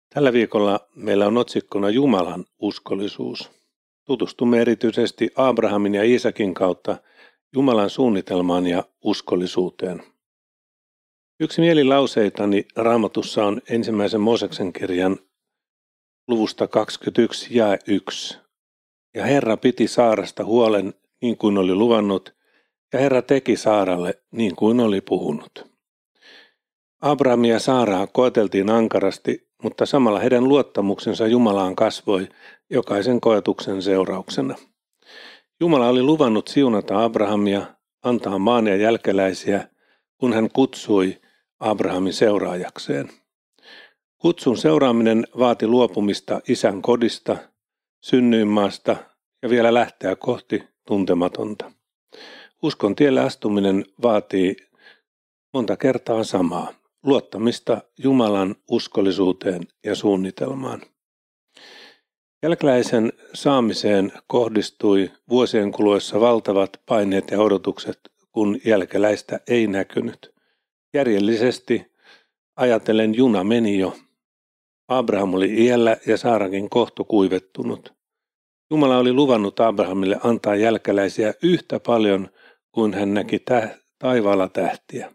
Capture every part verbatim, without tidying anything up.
Tällä viikolla meillä on otsikkona Jumalan uskollisuus. Tutustumme erityisesti Abrahamin ja Iisakin kautta Jumalan suunnitelmaan ja uskollisuuteen. Yksi mielilauseitani Raamatussa on ensimmäisen Mooseksen kirjan luvusta kaksikymmentäyksi jae yksi. Ja Herra piti Saarasta huolen niin kuin oli luvannut, ja Herra teki Saaralle niin kuin oli puhunut. Abrahamia ja Saaraa koeteltiin ankarasti, mutta samalla heidän luottamuksensa Jumalaan kasvoi jokaisen koetuksen seurauksena. Jumala oli luvannut siunata Abrahamia, antaa maan ja jälkeläisiä, kun hän kutsui Abrahamin seuraajakseen. Kutsun seuraaminen vaati luopumista isän kodista, synnyinmaasta ja vielä lähteä kohti tuntematonta. Uskon tielle astuminen vaatii monta kertaa samaa, luottamista Jumalan uskollisuuteen ja suunnitelmaan. Jälkeläisen saamiseen kohdistui vuosien kuluessa valtavat paineet ja odotukset, kun jälkeläistä ei näkynyt. Järjellisesti ajatellen juna meni jo. Abraham oli iällä ja Saarakin kohtu kuivettunut. Jumala oli luvannut Abrahamille antaa jälkeläisiä yhtä paljon kuin hän näki tä- taivaalla tähtiä.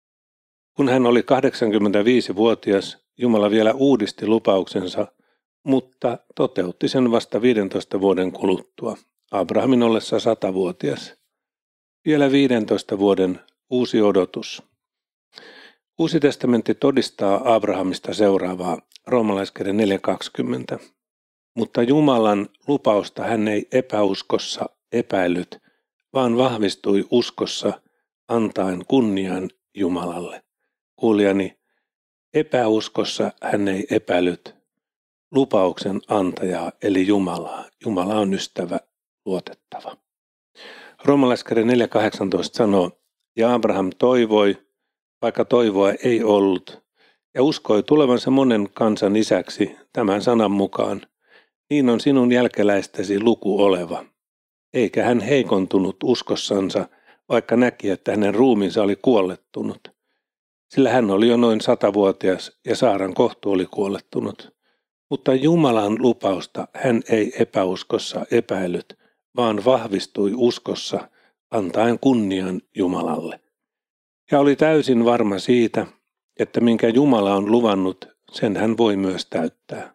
Kun hän oli kahdeksankymmentäviisivuotias, Jumala vielä uudisti lupauksensa, mutta toteutti sen vasta viidentoista vuoden kuluttua, Abrahamin ollessa satavuotias. Vielä viidentoista vuoden uusi odotus. Uusi testamentti todistaa Abrahamista seuraavaa, roomalaiskirja neljä kaksikymmentä. Mutta Jumalan lupausta hän ei epäuskossa epäillyt, vaan vahvistui uskossa antaen kunnian Jumalalle. Kuulijani, epäuskossa hän ei epäillyt lupauksen antajaa eli Jumalaa. Jumala on ystävä, luotettava. Roomalaiskirja neljä kahdeksantoista sanoo, ja Abraham toivoi, vaikka toivoa ei ollut, ja uskoi tulevansa monen kansan isäksi tämän sanan mukaan. Niin on sinun jälkeläistäsi luku oleva. Eikä hän heikontunut uskossansa, vaikka näki, että hänen ruumiinsa oli kuollettunut. Sillä hän oli jo noin satavuotias ja Saaran kohtu oli kuollettunut. Mutta Jumalan lupausta hän ei epäuskossa epäillyt, vaan vahvistui uskossa antaen kunnian Jumalalle. Ja oli täysin varma siitä, että minkä Jumala on luvannut, sen hän voi myös täyttää.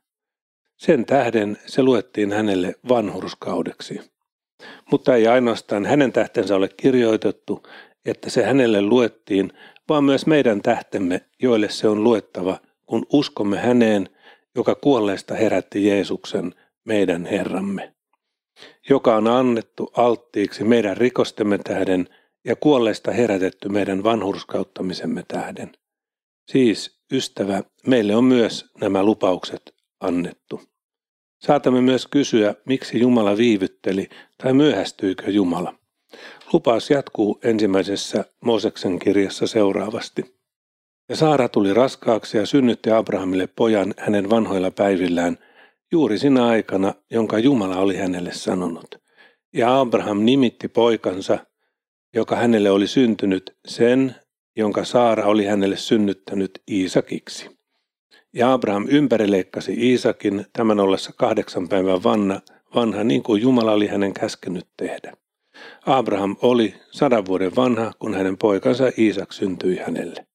Sen tähden se luettiin hänelle vanhurskaudeksi. Mutta ei ainoastaan hänen tähtensä ole kirjoitettu, että se hänelle luettiin, vaan myös meidän tähtemme, joille se on luettava, kun uskomme häneen, joka kuolleesta herätti Jeesuksen, meidän Herramme, joka on annettu alttiiksi meidän rikostemme tähden ja kuolleesta herätetty meidän vanhurskauttamisemme tähden. Siis, ystävä, meille on myös nämä lupaukset annettu. Saatamme myös kysyä, miksi Jumala viivytteli tai myöhästyykö Jumala. Lupaus jatkuu ensimmäisessä Mooseksen kirjassa seuraavasti. Ja Saara tuli raskaaksi ja synnytti Abrahamille pojan hänen vanhoilla päivillään juuri sinä aikana, jonka Jumala oli hänelle sanonut. Ja Abraham nimitti poikansa, joka hänelle oli syntynyt, sen, jonka Saara oli hänelle synnyttänyt Iisakiksi. Ja Abraham ympärileikkasi Iisakin tämän ollessa kahdeksan päivän vanha, vanha niin kuin Jumala oli hänen käskenyt tehdä. Abraham oli sadan vuoden vanha, kun hänen poikansa Iisak syntyi hänelle.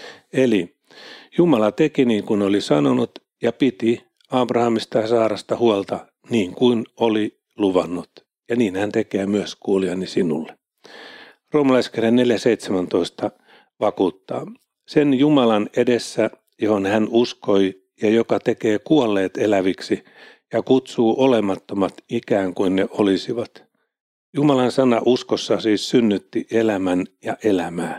Eli Jumala teki niin kuin oli sanonut ja piti Abrahamista ja Saarasta huolta niin kuin oli luvannut. Ja niin hän tekee myös kuulijani sinulle. Roomalaiskirja neljä seitsemäntoista vakuuttaa. Sen Jumalan edessä, johon hän uskoi ja joka tekee kuolleet eläviksi ja kutsuu olemattomat ikään kuin ne olisivat. Jumalan sana uskossa siis synnytti elämän ja elämää.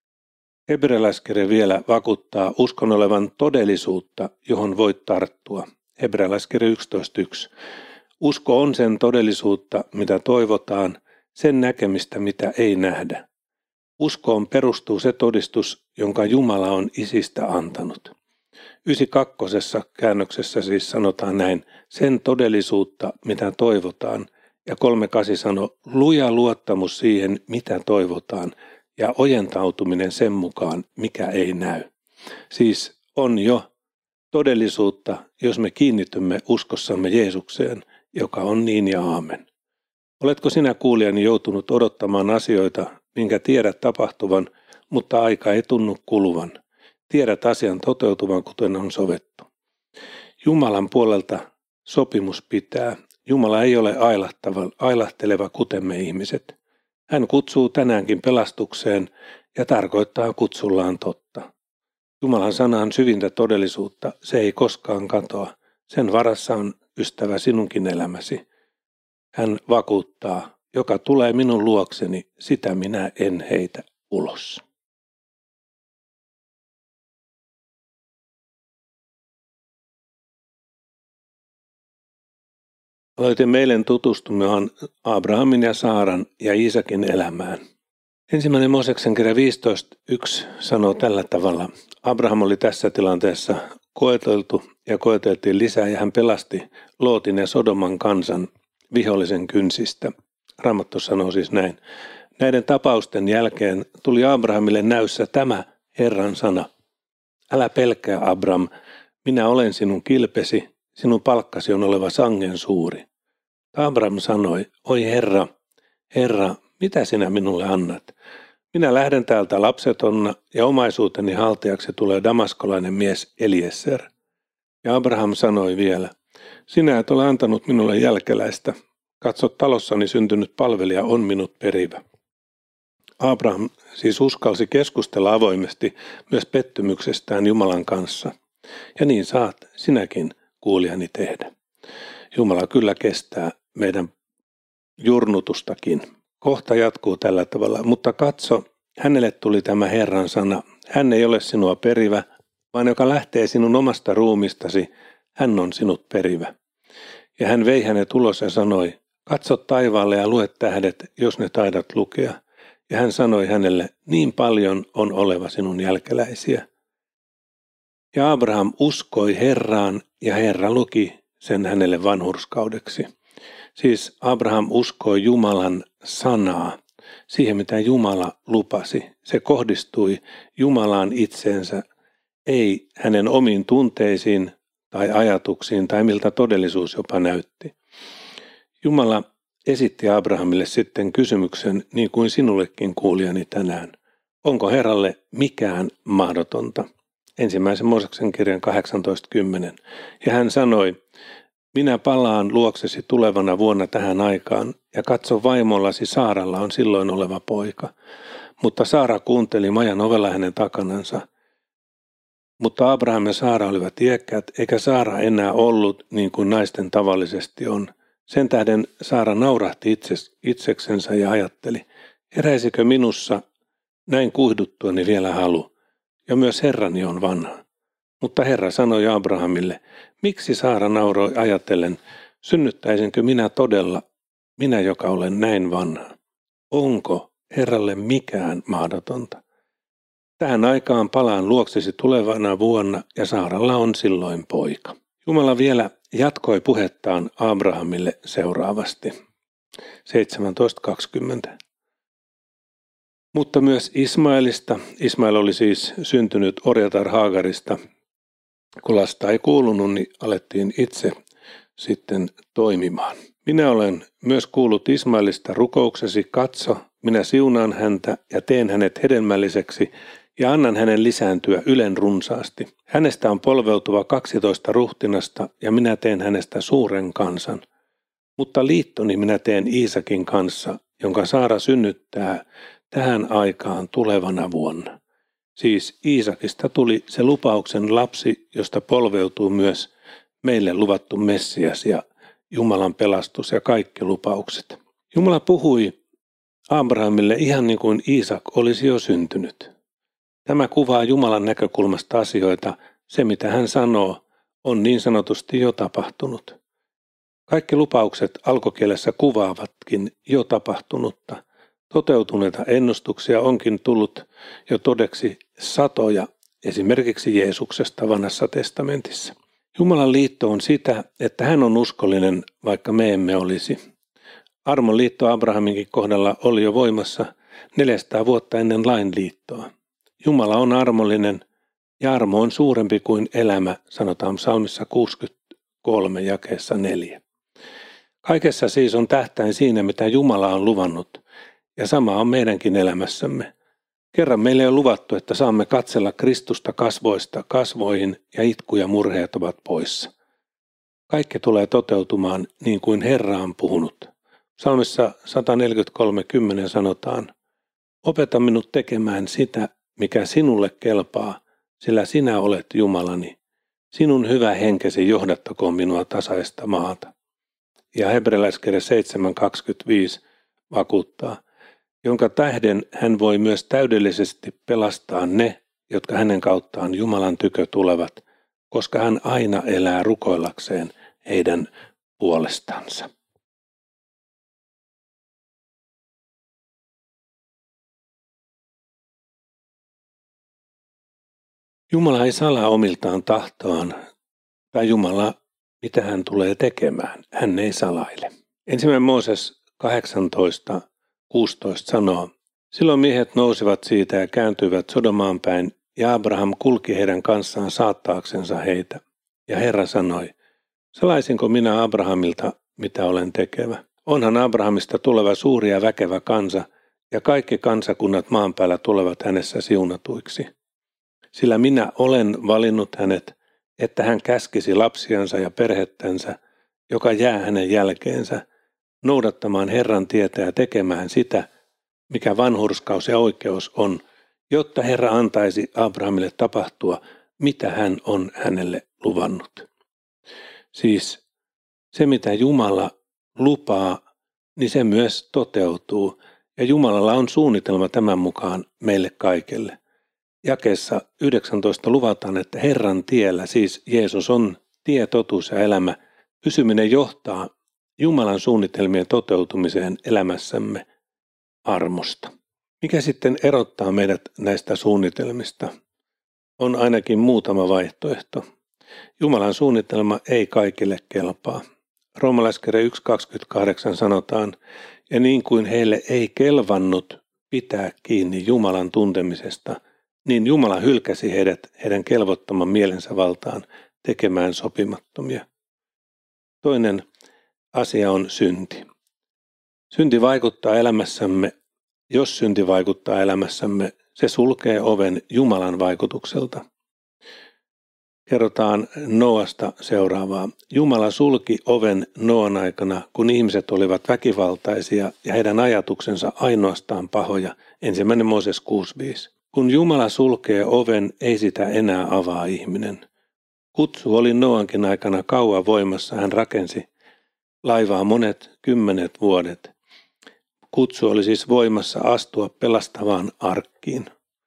Hebrealaiskirja vielä vakuuttaa uskon olevan todellisuutta, johon voit tarttua. Hebrealaiskirja yksitoista yksi. Usko on sen todellisuutta, mitä toivotaan, sen näkemistä, mitä ei nähdä. Uskoon perustuu se todistus, jonka Jumala on isistä antanut. yhdeksänkymmentäkaksi käännöksessä siis sanotaan näin, sen todellisuutta, mitä toivotaan, ja kolmekymmentäkahdeksan sanoo, luja luottamus siihen, mitä toivotaan, ja ojentautuminen sen mukaan, mikä ei näy. Siis on jo todellisuutta, jos me kiinnitymme uskossamme Jeesukseen, joka on niin ja aamen. Oletko sinä kuulijani joutunut odottamaan asioita, minkä tiedät tapahtuvan, mutta aika ei tunnu kuluvan? Tiedät asian toteutuvan, kuten on sovittu. Jumalan puolelta sopimus pitää. Jumala ei ole ailahteleva, kuten me ihmiset. Hän kutsuu tänäänkin pelastukseen ja tarkoittaa kutsullaan totta. Jumalan sana on syvintä todellisuutta, se ei koskaan katoa. Sen varassa on, ystävä, sinunkin elämäsi. Hän vakuuttaa, joka tulee minun luokseni, sitä minä en heitä ulos. Aloitimme eilen tutustumaan Abrahamin ja Saaran ja Iisakin elämään. Ensimmäinen Mooseksen kirja viisitoista yksi sanoo tällä tavalla. Abraham oli tässä tilanteessa koeteltu ja koeteltiin lisää ja hän pelasti Lootin ja Sodoman kansan vihollisen kynsistä. Raamattu sanoo siis näin. Näiden tapausten jälkeen tuli Abrahamille näyssä tämä Herran sana. Älä pelkää, Abram, minä olen sinun kilpesi, sinun palkkasi on oleva sangen suuri. Abram sanoi, oi Herra, Herra, mitä sinä minulle annat? Minä lähden täältä lapsetonna ja omaisuuteni haltijaksi tulee damaskolainen mies Eliezer. Ja Abraham sanoi vielä, sinä et ole antanut minulle jälkeläistä. Katso, talossani syntynyt palvelija on minut perivä. Abraham siis uskalsi keskustella avoimesti myös pettymyksestään Jumalan kanssa. Ja niin saat sinäkin kuulijani tehdä. Jumala kyllä kestää meidän jurnutustakin. Kohta jatkuu tällä tavalla, mutta katso, hänelle tuli tämä Herran sana. Hän ei ole sinua perivä, vaan joka lähtee sinun omasta ruumistasi, hän on sinut perivä. Ja hän vei hänet ulos ja sanoi, katso taivaalle ja lue tähdet, jos ne taidat lukea. Ja hän sanoi hänelle, niin paljon on oleva sinun jälkeläisiä. Ja Abraham uskoi Herraan ja Herra luki sen hänelle vanhurskaudeksi. Siis Abraham uskoi Jumalan sanaa, siihen mitä Jumala lupasi. Se kohdistui Jumalaan itseensä, ei hänen omiin tunteisiin tai ajatuksiin tai miltä todellisuus jopa näytti. Jumala esitti Abrahamille sitten kysymyksen niin kuin sinullekin kuulijani tänään. Onko Herralle mikään mahdotonta? Ensimmäisen Mooseksen kirjan kahdeksantoista kymmenen. Ja hän sanoi, minä palaan luoksesi tulevana vuonna tähän aikaan ja katso vaimollasi Saaralla on silloin oleva poika. Mutta Saara kuunteli majan ovella hänen takanansa. Mutta Abraham ja Saara olivat iäkkäät, eikä Saara enää ollut niin kuin naisten tavallisesti on. Sen tähden Saara naurahti itses, itseksensä ja ajatteli, heräisikö minussa näin kuihduttuani vielä halu, ja myös Herrani on vanha. Mutta Herra sanoi Abrahamille, miksi Saara nauroi ajatellen, synnyttäisinkö minä todella, minä joka olen näin vanha? Onko Herralle mikään mahdotonta? Tähän aikaan palaan luoksesi tulevana vuonna ja Saaralla on silloin poika. Jumala vielä jatkoi puhettaan Abrahamille seuraavasti. seitsemäntoista kaksikymmentä. Mutta myös Ismaelista, Ismael oli siis syntynyt orjatar Haagarista, kun lasta ei kuulunut, niin alettiin itse sitten toimimaan. Minä olen myös kuullut Ismaelista rukouksesi, katso, minä siunaan häntä ja teen hänet hedelmälliseksi ja annan hänen lisääntyä ylen runsaasti. Hänestä on polveutuva kaksitoista ruhtinasta ja minä teen hänestä suuren kansan. Mutta liittoni minä teen Iisakin kanssa, jonka Saara synnyttää tähän aikaan tulevana vuonna. Siis Iisakista tuli se lupauksen lapsi, josta polveutuu myös meille luvattu Messias ja Jumalan pelastus ja kaikki lupaukset. Jumala puhui Abrahamille ihan niin kuin Iisak olisi jo syntynyt. Tämä kuvaa Jumalan näkökulmasta asioita, se mitä hän sanoo on niin sanotusti jo tapahtunut. Kaikki lupaukset alkukielessä kuvaavatkin jo tapahtunutta. Toteutuneita ennustuksia onkin tullut jo todeksi satoja, esimerkiksi Jeesuksesta vanhassa testamentissa. Jumalan liitto on sitä, että hän on uskollinen, vaikka me emme olisi. Armon liitto Abrahaminkin kohdalla oli jo voimassa neljäsataa vuotta ennen lain liittoa. Jumala on armollinen, Ja armo on suurempi kuin elämä, sanotaan psalmissa kuusikymmentäkolme jakeessa neljä. Kaikessa siis on tähtäin siinä, mitä Jumala on luvannut, ja sama on meidänkin elämässämme. Kerran meille on luvattu, että saamme katsella Kristusta kasvoista kasvoihin ja itku ja murheet ovat poissa. Kaikki tulee toteutumaan niin kuin Herra on puhunut. Psalmissa sata neljäkymmentäkolme kymmenen sanotaan, opeta minut tekemään sitä, mikä sinulle kelpaa, sillä sinä olet Jumalani. Sinun hyvä henkesi johdattakoon minua tasaista maata. Ja hebrealaiskirja seitsemän kaksikymmentäviisi vakuuttaa, jonka tähden hän voi myös täydellisesti pelastaa ne, jotka hänen kauttaan Jumalan tykö tulevat, koska hän aina elää rukoillakseen heidän puolestansa. Jumala ei salaa omiltaan tahtoaan, tai Jumala, mitä hän tulee tekemään, hän ei salaile. Ensimmäinen Mooses kahdeksantoista kuusitoista sanoo, silloin miehet nousivat siitä ja kääntyivät Sodomaan päin, ja Abraham kulki heidän kanssaan saattaaksensa heitä. Ja Herra sanoi, salaisinko minä Abrahamilta, mitä olen tekevä? Onhan Abrahamista tuleva suuri ja väkevä kansa, ja kaikki kansakunnat maan päällä tulevat hänessä siunatuiksi. Sillä minä olen valinnut hänet, että hän käskisi lapsiansa ja perhettänsä, joka jää hänen jälkeensä, noudattamaan Herran tietä ja tekemään sitä, mikä vanhurskaus ja oikeus on, jotta Herra antaisi Abrahamille tapahtua, mitä hän on hänelle luvannut. Siis se, mitä Jumala lupaa, niin se myös toteutuu, ja Jumalalla on suunnitelma tämän mukaan meille kaikille. Jakeessa yhdeksäntoista luvataan, että Herran tiellä, siis Jeesus on tie, totuus ja elämä, pysyminen johtaa Jumalan suunnitelmien toteutumiseen elämässämme armosta. Mikä sitten erottaa meidät näistä suunnitelmista? On ainakin muutama vaihtoehto. Jumalan suunnitelma ei kaikille kelpaa. Roomalaiskirja yksi kaksikymmentäkahdeksan sanotaan, ja niin kuin heille ei kelvannut pitää kiinni Jumalan tuntemisesta, niin Jumala hylkäsi heidät heidän kelvottoman mielensä valtaan tekemään sopimattomia. Toinen asia on synti. Synti vaikuttaa elämässämme. Jos synti vaikuttaa elämässämme, se sulkee oven Jumalan vaikutukselta. Kerrotaan Noasta seuraavaa. Jumala sulki oven Noan aikana, kun ihmiset olivat väkivaltaisia ja heidän ajatuksensa ainoastaan pahoja. Ensimmäinen Mooses kuusi viisi. Kun Jumala sulkee oven, ei sitä enää avaa ihminen. Kutsu oli Noankin aikana kauan voimassa, hän rakensi laivaa monet kymmenet vuodet. Kutsu oli siis voimassa astua pelastavaan arkkiin.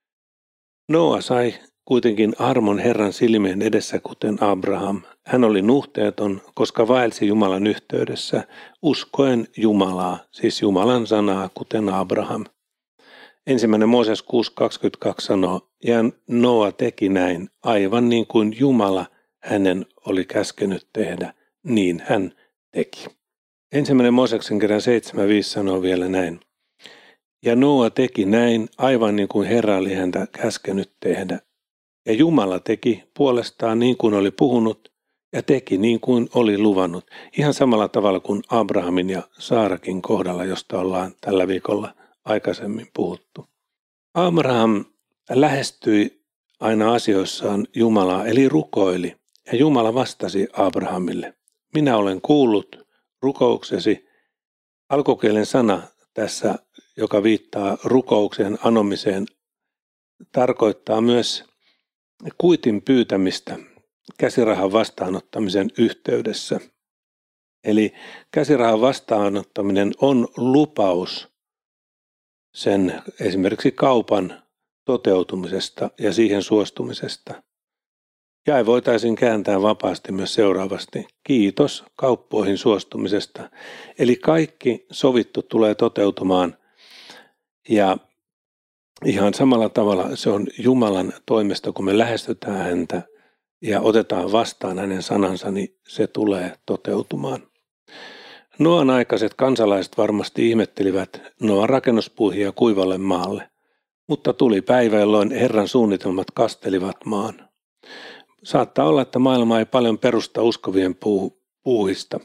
Noa sai kuitenkin armon Herran silmien edessä kuten Abraham. Hän oli nuhteeton, koska vaelsi Jumalan yhteydessä, uskoen Jumalaa, siis Jumalan sanaa kuten Abraham. Ensimmäinen Mooses kuusi kaksikymmentäkaksi sanoo, ja Noa teki näin, aivan niin kuin Jumala hänen oli käskenyt tehdä, niin hän teki. Ensimmäinen Mooseksen kirjan seitsemän viisi sanoo vielä näin. Ja Noa teki näin, aivan niin kuin Herra oli häntä käskenyt tehdä. Ja Jumala teki puolestaan niin kuin oli puhunut ja teki niin kuin oli luvannut. Ihan samalla tavalla kuin Abrahamin ja Saarakin kohdalla, josta ollaan tällä viikolla aikaisemmin puhuttu. Abraham lähestyi aina asioissaan Jumalaa, eli rukoili, ja Jumala vastasi Abrahamille. Minä olen kuullut rukouksesi. Alkukielen sana tässä, joka viittaa rukoukseen anomiseen, tarkoittaa myös kuitin pyytämistä käsirahan vastaanottamisen yhteydessä. Eli käsirahan vastaanottaminen on lupaus sen esimerkiksi kaupan toteutumisesta ja siihen suostumisesta. Ja voitaisiin kääntää vapaasti myös seuraavasti. Kiitos kauppoihin suostumisesta. Eli kaikki sovittu tulee toteutumaan ja ihan samalla tavalla se on Jumalan toimesta, kun me lähestytään häntä ja otetaan vastaan hänen sanansa, niin se tulee toteutumaan. Noan aikaiset kansalaiset varmasti ihmettelivät Noan rakennuspuuhia kuivalle maalle, Mutta tuli päivä, jolloin Herran suunnitelmat kastelivat maan. Saattaa olla, että maailma ei paljon perusta uskovien puu, puuhista.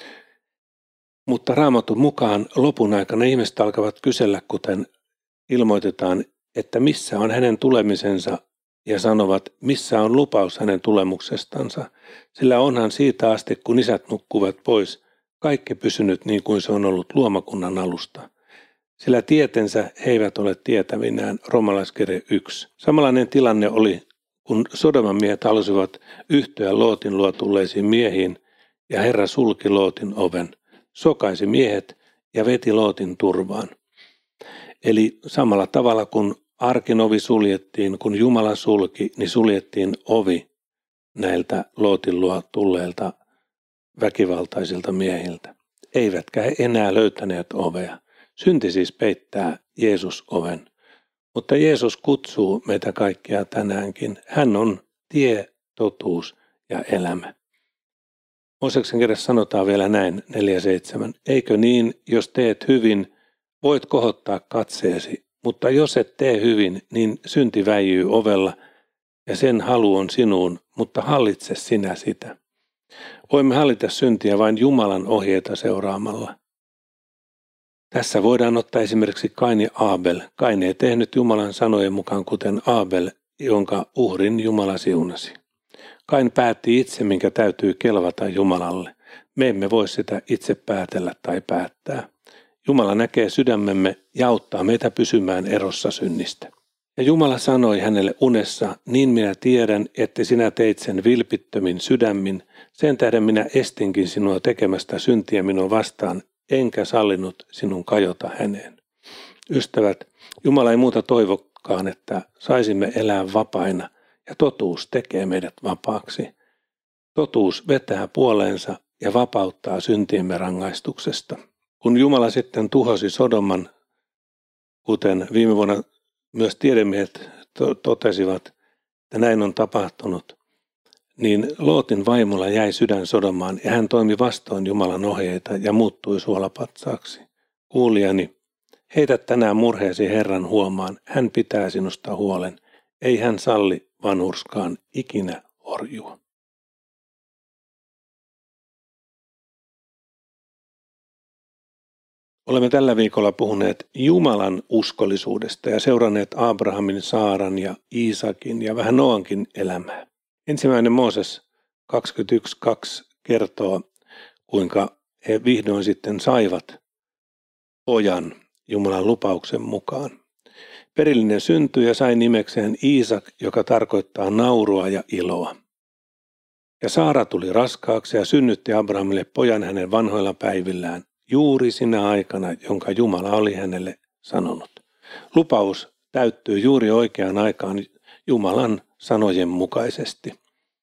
Mutta Raamatun mukaan lopun aikana ihmiset alkavat kysellä, kuten ilmoitetaan, että missä on hänen tulemisensa, ja sanovat, missä on lupaus hänen tulemuksestansa, sillä onhan siitä asti, kun isät nukkuvat pois, kaikki pysynyt niin kuin se on ollut luomakunnan alusta. Sillä tietensä he eivät ole tietävinään, Roomalaiskirje yksi. Samanlainen tilanne oli, kun Sodoman miehet halusivat yhtyä Lootin luo tulleisiin miehiin, ja Herra sulki Lootin oven, sokaisi miehet ja veti Lootin turvaan. Eli samalla tavalla kun arkin ovi suljettiin, kun Jumala sulki, niin suljettiin ovi näiltä Lootin luo tulleilta väkivaltaisilta miehiltä. Eivätkä he enää löytäneet ovea. Synti siis peittää Jeesus oven. Mutta Jeesus kutsuu meitä kaikkia tänäänkin. Hän on tie, totuus ja elämä. Mooseksen kirjassa sanotaan vielä näin, neljä seitsemän. Eikö niin, jos teet hyvin, voit kohottaa katseesi, mutta jos et tee hyvin, niin synti väijyy ovella ja sen halu on sinuun, mutta hallitse sinä sitä. Voimme hallita syntiä vain Jumalan ohjeita seuraamalla. Tässä voidaan ottaa esimerkiksi Kain ja Aabel. Kain ei tehnyt Jumalan sanojen mukaan kuten Aabel, jonka uhrin Jumala siunasi. Kain päätti itse, minkä täytyy kelvata Jumalalle. Me emme voi sitä itse päätellä tai päättää. Jumala näkee sydämemme ja auttaa meitä pysymään erossa synnistä. Ja Jumala sanoi hänelle unessa, niin minä tiedän, että sinä teit sen vilpittömin sydämin, sen tähden minä estinkin sinua tekemästä syntiä minua vastaan, enkä sallinut sinun kajota häneen. Ystävät, Jumala ei muuta toivokaan, että saisimme elää vapaina, ja totuus tekee meidät vapaaksi. Totuus vetää puoleensa ja vapauttaa syntiemme rangaistuksesta. Kun Jumala sitten tuhosi Sodoman, kuten viime vuonna myös tiedemiehet to- totesivat, että näin on tapahtunut, niin Lootin vaimolla jäi sydän Sodomaan ja hän toimi vastoin Jumalan ohjeita ja muuttui suolapatsaaksi. Kuulijani, heitä tänään murheesi Herran huomaan, hän pitää sinusta huolen, ei hän salli vanhurskaan ikinä orjua. Olemme tällä viikolla puhuneet Jumalan uskollisuudesta ja seuranneet Abrahamin, Saaran ja Iisakin ja vähän Noankin elämää. Ensimmäinen Mooses kaksikymmentäyksi kaksi kertoo, kuinka he vihdoin sitten saivat pojan Jumalan lupauksen mukaan. Perillinen syntyi ja sai nimekseen Iisak, joka tarkoittaa naurua ja iloa. Ja Saara tuli raskaaksi ja synnytti Abrahamille pojan hänen vanhoilla päivillään, juuri sinä aikana, jonka Jumala oli hänelle sanonut. Lupaus täyttyy juuri oikeaan aikaan Jumalan sanojen mukaisesti.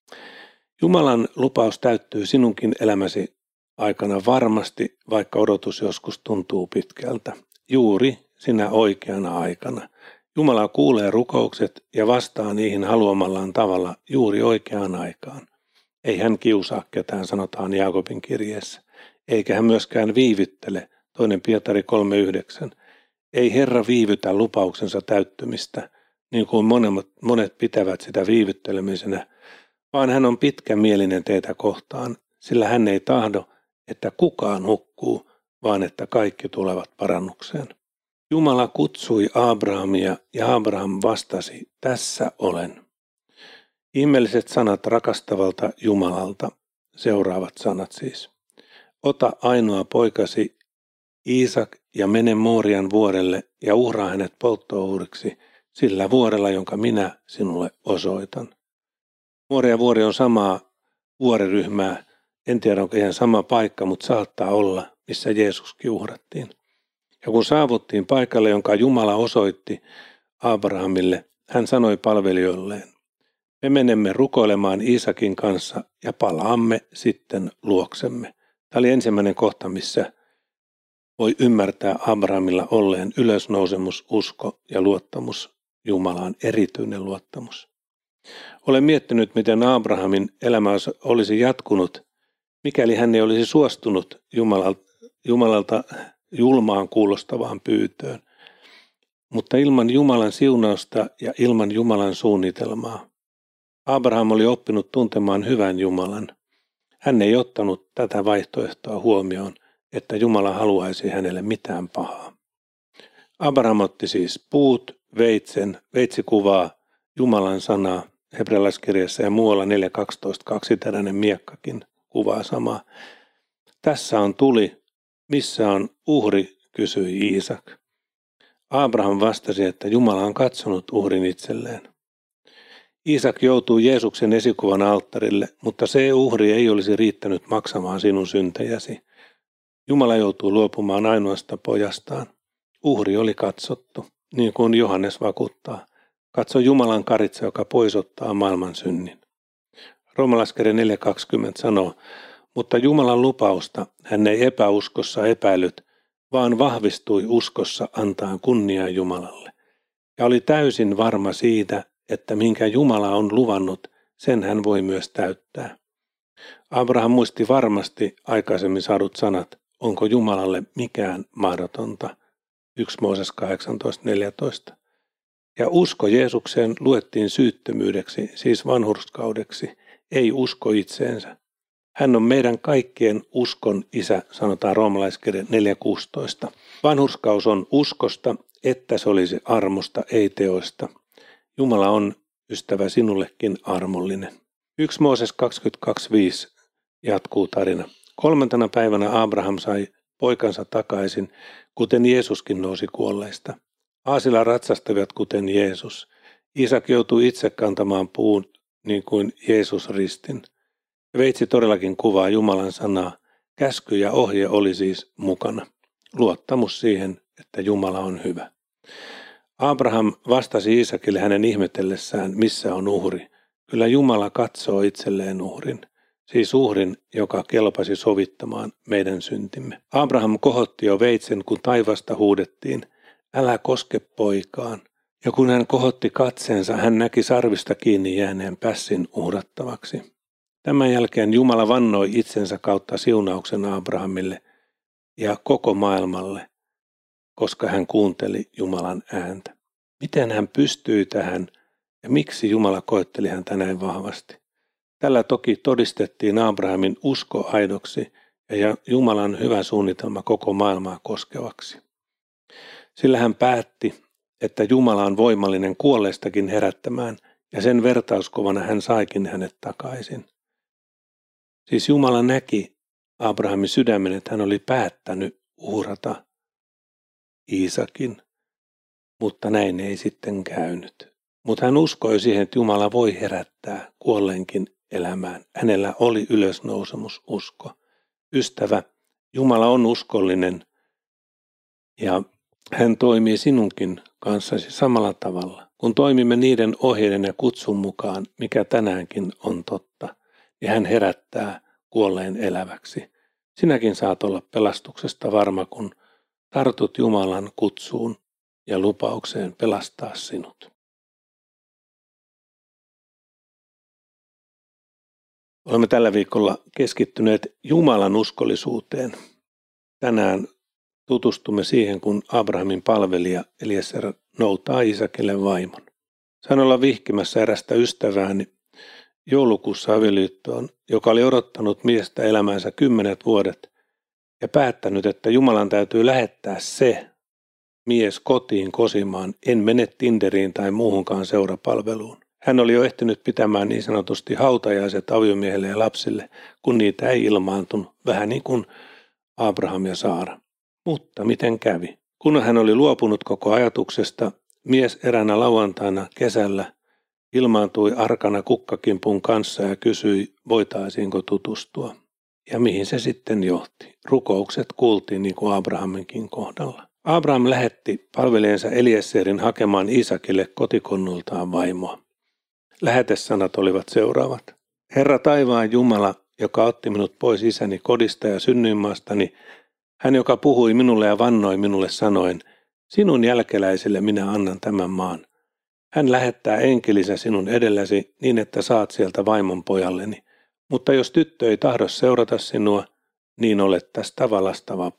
Jumalan lupaus täyttyy sinunkin elämäsi aikana varmasti, vaikka odotus joskus tuntuu pitkältä. Juuri sinä oikeana aikana. Jumala kuulee rukoukset ja vastaa niihin haluamallaan tavalla juuri oikeaan aikaan. Ei hän kiusaa ketään, sanotaan Jaakobin kirjeessä. Eikä hän myöskään viivyttele, toinen Pietari kolme yhdeksän. Ei Herra viivytä lupauksensa täyttymistä, niin kuin monet, monet pitävät sitä viivyttelemisenä, vaan hän on pitkämielinen teitä kohtaan, sillä hän ei tahdo, että kukaan hukkuu, vaan että kaikki tulevat parannukseen. Jumala kutsui Abrahamia ja Abraham vastasi, tässä olen. Ihmeelliset sanat rakastavalta Jumalalta, seuraavat sanat siis. Ota ainoa poikasi Iisak ja mene Moorian vuorelle ja uhraa hänet polttouhriksi sillä vuorella, jonka minä sinulle osoitan. Moorian vuori on samaa vuoriryhmää, en tiedä onko ihan sama paikka, mutta saattaa olla, missä Jeesuskin uhrattiin. Ja kun saavuttiin paikalle, jonka Jumala osoitti Abrahamille, hän sanoi palvelijoilleen, me menemme rukoilemaan Iisakin kanssa ja palaamme sitten luoksemme. Tämä oli ensimmäinen kohta, missä voi ymmärtää Abrahamilla olleen ylösnousemus, usko ja luottamus Jumalaan, erityinen luottamus. Olen miettinyt, miten Abrahamin elämä olisi jatkunut, mikäli hän ei olisi suostunut Jumalalta, Jumalalta julmaan kuulostavaan pyytöön. mutta ilman Jumalan siunausta ja ilman Jumalan suunnitelmaa. Abraham oli oppinut tuntemaan hyvän Jumalan. Hän ei ottanut tätä vaihtoehtoa huomioon, että Jumala haluaisi hänelle mitään pahaa. Abraham otti siis puut, veitsen, veitsi kuvaa Jumalan sanaa hebrealaiskirjassa ja muualla neljä kaksitoista kaksiteräinen miekkakin kuvaa samaa. Tässä on tuli, missä on uhri, kysyi Iisak. Abraham vastasi, että Jumala on katsonut uhrin itselleen. Iisak joutuu Jeesuksen esikuvan alttarille, mutta se uhri ei olisi riittänyt maksamaan sinun syntejäsi. Jumala joutuu luopumaan ainoasta pojastaan. Uhri oli katsottu, niin kuin Johannes vakuuttaa. Katso Jumalan karitsa, joka poisottaa maailman synnin. Roomalaiskirja neljä kaksikymmentä sanoo, mutta Jumalan lupausta hän ei epäuskossa epäillyt, vaan vahvistui uskossa antaa kunniaa Jumalalle. Ja oli täysin varma siitä, että minkä Jumala on luvannut, sen hän voi myös täyttää. Abraham muisti varmasti aikaisemmin saadut sanat, onko Jumalalle mikään mahdotonta. yksi Mooses kahdeksantoista neljätoista. Ja usko Jeesukseen luettiin syyttömyydeksi, siis vanhurskaudeksi, ei usko itseensä. Hän on meidän kaikkien uskon isä, sanotaan roomalaiskirja neljä kuusitoista. Vanhurskaus on uskosta, että se olisi armosta, ei teoista. Jumala on, ystävä, sinullekin armollinen. yksi Mooses kaksikymmentäkaksi viisi jatkuu tarina. Kolmantena päivänä Abraham sai poikansa takaisin, kuten Jeesuskin nousi kuolleista. Aasilla ratsastavat kuten Jeesus. Iisak joutui itse kantamaan puun niin kuin Jeesus ristin. Veitsi todellakin kuvaa Jumalan sanaa. Käsky ja ohje oli siis mukana. Luottamus siihen, että Jumala on hyvä. Abraham vastasi Iisakille hänen ihmetellessään, missä on uhri. Kyllä Jumala katsoo itselleen uhrin. Siis uhrin, joka kelpasi sovittamaan meidän syntimme. Abraham kohotti jo veitsen, kun taivasta huudettiin, älä koske poikaan. Ja kun hän kohotti katseensa, hän näki sarvista kiinni jääneen pässin uhrattavaksi. Tämän jälkeen Jumala vannoi itsensä kautta siunauksen Abrahamille ja koko maailmalle, koska hän kuunteli Jumalan ääntä. Miten hän pystyi tähän ja miksi Jumala koetteli häntä näin vahvasti? Tällä toki todistettiin Abrahamin usko aidoksi ja Jumalan hyvä suunnitelma koko maailmaa koskevaksi. Sillä hän päätti, että Jumala on voimallinen kuolleistakin herättämään ja sen vertauskovana hän saikin hänet takaisin. Siis Jumala näki Abrahamin sydämen, että hän oli päättänyt uhrata Iisakin, mutta näin ei sitten käynyt. Mutta hän uskoi siihen, että Jumala voi herättää kuolleenkin elämään. Hänellä oli ylösnousemususko. Ystävä, Jumala on uskollinen ja hän toimii sinunkin kanssasi samalla tavalla. Kun toimimme niiden ohjeiden ja kutsun mukaan, mikä tänäänkin on totta, niin hän herättää kuolleen eläväksi. Sinäkin saat olla pelastuksesta varma, kun tartut Jumalan kutsuun ja lupaukseen pelastaa sinut. Olemme tällä viikolla keskittyneet Jumalan uskollisuuteen. Tänään tutustumme siihen, kun Abrahamin palvelija Eliezer noutaa Iisakille vaimon. Sain olla vihkimässä erästä ystävääni joulukuussa avioliittoon, joka oli odottanut miestä elämänsä kymmenet vuodet ja päättänyt, että Jumalan täytyy lähettää se mies kotiin kosimaan, en mene Tinderiin tai muuhunkaan seurapalveluun. Hän oli jo ehtinyt pitämään niin sanotusti hautajaiset aviomiehelle ja lapsille, kun niitä ei ilmaantunut, vähän niin kuin Abraham ja Saara. Mutta miten kävi? Kun hän oli luopunut koko ajatuksesta, mies eräänä lauantaina kesällä ilmaantui arkana kukkakimpun kanssa ja kysyi, voitaisiinko tutustua. Ja mihin se sitten johti? Rukoukset kuultiin niin kuin Abrahaminkin kohdalla. Abraham lähetti palvelijansa Eliezerin hakemaan Iisakille kotikonnultaan vaimoa. Lähetesanat olivat seuraavat. Herra taivaan Jumala, joka otti minut pois isäni kodista ja synnyinmaastani, hän joka puhui minulle ja vannoi minulle sanoen, sinun jälkeläisille minä annan tämän maan. Hän lähettää enkelisä sinun edelläsi niin, että saat sieltä vaimon pojalleni. Mutta jos tyttö ei tahdo seurata sinua, niin olet tästä valasta vapaa.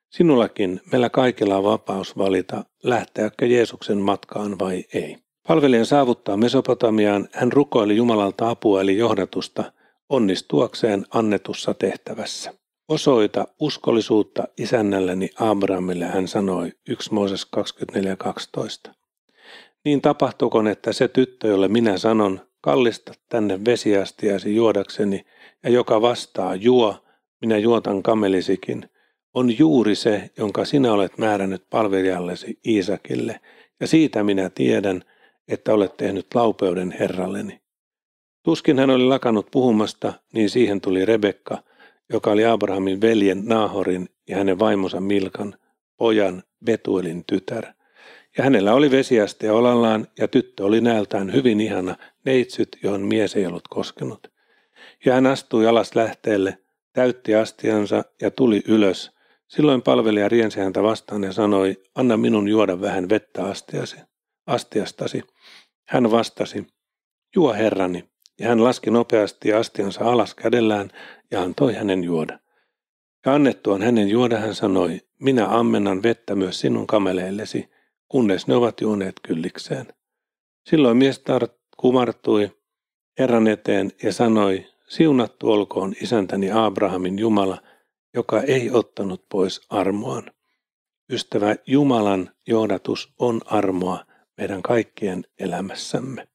Sinullakin, meillä kaikilla on vapaus valita, lähteäkö Jeesuksen matkaan vai ei. Palvelijan saavuttaa Mesopotamiaan, hän rukoili Jumalalta apua eli johdatusta onnistuakseen annetussa tehtävässä. Osoita uskollisuutta isännälleni Abrahamille, hän sanoi, yksi Mooses kaksikymmentäneljä kaksitoista. Niin tapahtukoon, että se tyttö, jolle minä sanon, kallista tänne vesiastiasi juodakseni, ja joka vastaa, juo, minä juotan kamelisikin, on juuri se, jonka sinä olet määrännyt palvelijallesi Iisakille, ja siitä minä tiedän, että olet tehnyt laupeuden Herralleni. Tuskin hän oli lakannut puhumasta, niin siihen tuli Rebekka, joka oli Abrahamin veljen Naahorin ja hänen vaimonsa Milkan, pojan Betuelin tytär. Ja hänellä oli vesiaste olallaan, ja tyttö oli näältään hyvin ihana, neitsyt, johon mies ei ollut koskenut. Ja hän astui alas lähteelle, täytti astiansa ja tuli ylös. Silloin palvelija riensi häntä vastaan ja sanoi, anna minun juoda vähän vettä astiasi, astiastasi. Hän vastasi, juo herrani. Ja hän laski nopeasti astiansa alas kädellään ja antoi hänen juoda. Ja annettuaan hänen juoda hän sanoi, minä ammennan vettä myös sinun kameleillesi, kunnes ne ovat juoneet kyllikseen. Silloin mies tar- kumartui Herran eteen ja sanoi, siunattu olkoon isäntäni Abrahamin Jumala, joka ei ottanut pois armoaan. Ystävä, Jumalan johdatus on armoa meidän kaikkien elämässämme.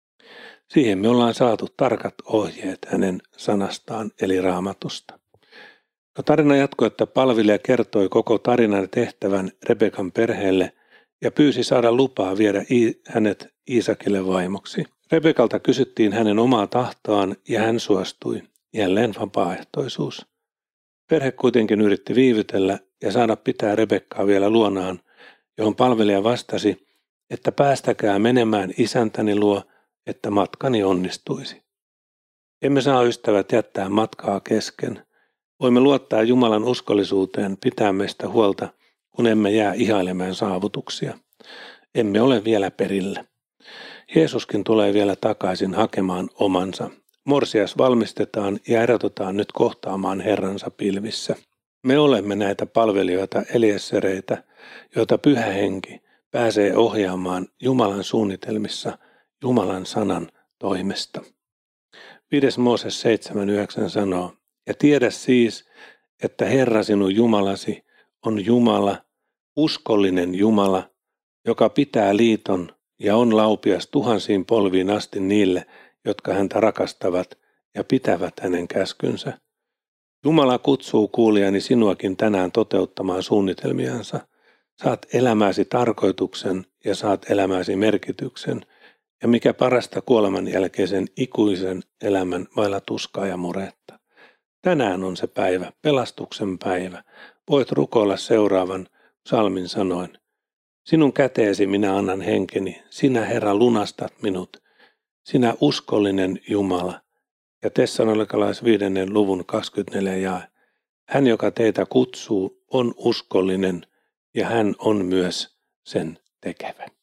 Siihen me ollaan saatu tarkat ohjeet hänen sanastaan eli Raamatusta. No, tarina jatkoi, että palvelija kertoi koko tarinan tehtävän Rebekan perheelle ja pyysi saada lupaa viedä hänet Iisakille vaimoksi. Rebekalta kysyttiin hänen omaa tahtoaan ja hän suostui, jälleen vapaaehtoisuus. Perhe kuitenkin yritti viivytellä ja saada pitää Rebekkaa vielä luonaan, johon palvelija vastasi, että päästäkää menemään isäntäni luo, että matkani onnistuisi. Emme saa ystävät jättää matkaa kesken. Voimme luottaa Jumalan uskollisuuteen pitää meistä huolta, kun emme jää ihailemaan saavutuksia. Emme ole vielä perillä. Jeesuskin tulee vielä takaisin hakemaan omansa. Morsias valmistetaan ja erotetaan nyt kohtaamaan Herransa pilvissä. Me olemme näitä palvelijoita eliessereitä, joita Pyhä Henki pääsee ohjaamaan Jumalan suunnitelmissa Jumalan sanan toimesta. viides Mooses seitsemän yhdeksän sanoo, ja tiedä siis, että Herra sinun Jumalasi on Jumala, uskollinen Jumala, joka pitää liiton ja on laupias tuhansiin polviin asti niille, jotka häntä rakastavat ja pitävät hänen käskynsä. Jumala kutsuu kuulijani sinuakin tänään toteuttamaan suunnitelmiansa. Saat elämäsi tarkoituksen ja saat elämäsi merkityksen, ja mikä parasta kuoleman jälkeisen ikuisen elämän vailla tuskaa ja muretta. Tänään on se päivä, pelastuksen päivä. Voit rukoilla seuraavan psalmin sanoin. Sinun käteesi minä annan henkeni, sinä Herra lunastat minut, sinä uskollinen Jumala. Ja Tessalonikalais viidennen luvun kaksikymmentäneljä jae. Hän, joka teitä kutsuu, on uskollinen ja hän on myös sen tekevä.